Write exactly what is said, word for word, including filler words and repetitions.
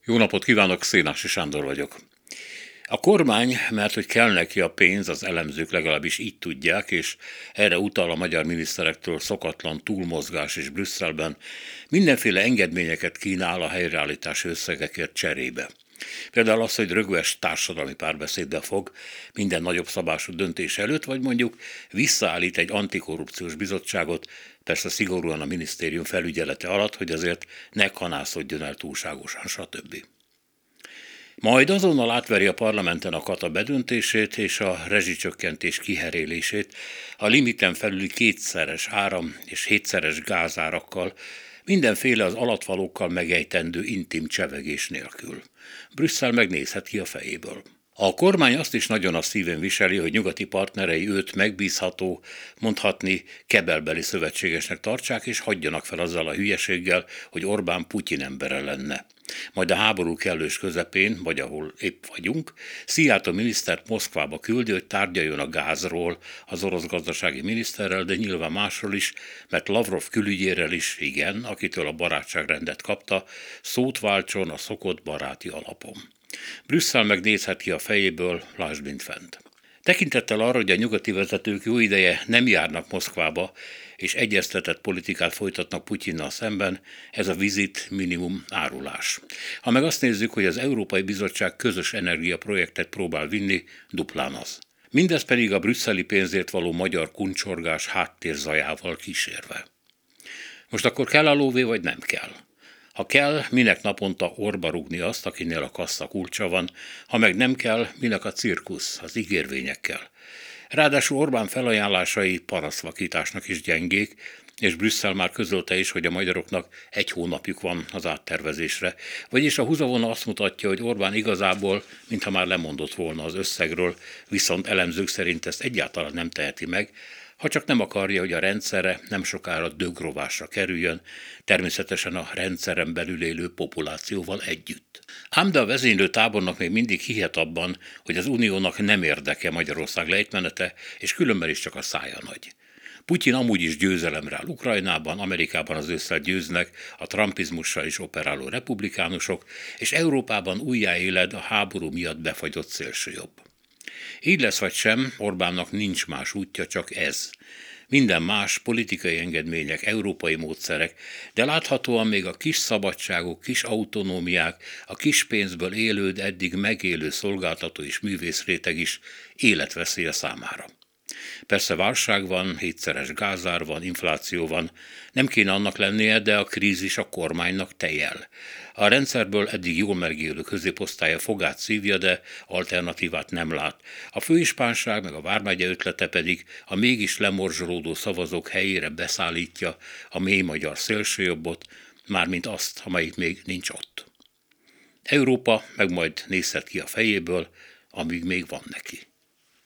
Jó napot kívánok, Szénási Sándor vagyok. A kormány, mert hogy kell neki a pénz, az elemzők legalábbis így tudják, és erre utal a magyar miniszterektől szokatlan túlmozgás és Brüsszelben, mindenféle engedményeket kínál a helyreállítási összegekért cserébe. Például az, hogy rögös társadalmi párbeszédbe fog minden nagyobb szabású döntés előtt, vagy mondjuk visszaállít egy antikorrupciós bizottságot, persze szigorúan a minisztérium felügyelete alatt, hogy azért ne kanászodjon el túlságosan, stb. Majd azonnal átveri a parlamenten a kata bedöntését és a rezsicsökkentés kiherélését a limiten felüli kétszeres áram és hétszeres gázárakkal, mindenféle az alattvalókkal megejtendő intim csevegés nélkül. Brüsszel megnézhet ki a fejéből. A kormány azt is nagyon a szívén viseli, hogy nyugati partnerei őt megbízható, mondhatni kebelbeli szövetségesnek tartsák, és hagyjanak fel azzal a hülyeséggel, hogy Orbán Putyin embere lenne. Majd a háború kellős közepén, vagy ahol épp vagyunk, Szijjártó minisztert Moszkvába küldi, hogy tárgyaljon a gázról az orosz gazdasági miniszterrel, de nyilván másról is, mert Lavrov külügyérrel is, igen, akitől a barátságrendet kapta, szót váltson a szokott baráti alapon. Brüsszel megnézhet ki a fejéből, lásd mint fent. Tekintettel arra, hogy a nyugati vezetők jó ideje nem járnak Moszkvába, és egyeztetett politikát folytatnak Putyinnal szemben, ez a vizit minimum árulás. Ha meg azt nézzük, hogy az Európai Bizottság közös energiaprojektet próbál vinni, duplán az. Mindez pedig a brüsszeli pénzért való magyar kuncsorgás háttérzajával kísérve. Most akkor kell a lóvé, vagy nem kell? Ha kell, minek naponta orba rúgni azt, akinél a kassa kulcsa van, ha meg nem kell, minek a cirkusz, az ígérvényekkel. Ráadásul Orbán felajánlásai parasztvakításnak is gyengék, és Brüsszel már közölte is, hogy a magyaroknak egy hónapjuk van az áttervezésre. Vagyis a húzavona azt mutatja, hogy Orbán igazából, mintha már lemondott volna az összegről, viszont elemzők szerint ezt egyáltalán nem teheti meg, ha csak nem akarja, hogy a rendszerre nem sokára dögrovásra kerüljön, természetesen a rendszeren belül élő populációval együtt. Ám de a vezénylő tábornok még mindig hihet abban, hogy az uniónak nem érdeke Magyarország lejtmenete, és különben is csak a szája nagy. Putyin amúgy is győzelemre áll Ukrajnában, Amerikában az ősszel győznek a trumpizmussal is operáló republikánusok, és Európában újjáéled a háború miatt befagyott szélsőjobb. Így lesz vagy sem, Orbánnak nincs más útja, csak ez. Minden más, politikai engedmények, európai módszerek, de láthatóan még a kis szabadságok, kis autonómiák, a kis pénzből élő, de eddig megélő szolgáltató és művészréteg is életveszélye számára. Persze válság van, hétszeres gázár van, infláció van, nem kéne annak lennie, de a krízis a kormánynak tejel. A rendszerből eddig jól megélő középosztálya fogát szívja, de alternatívát nem lát. A főispánság meg a vármegye ötlete pedig a mégis lemorzsolódó szavazók helyére beszállítja a mély magyar szélsőjobbot, mármint azt, amelyik még nincs ott. Európa meg majd nézhet ki a fejéből, amíg még van neki.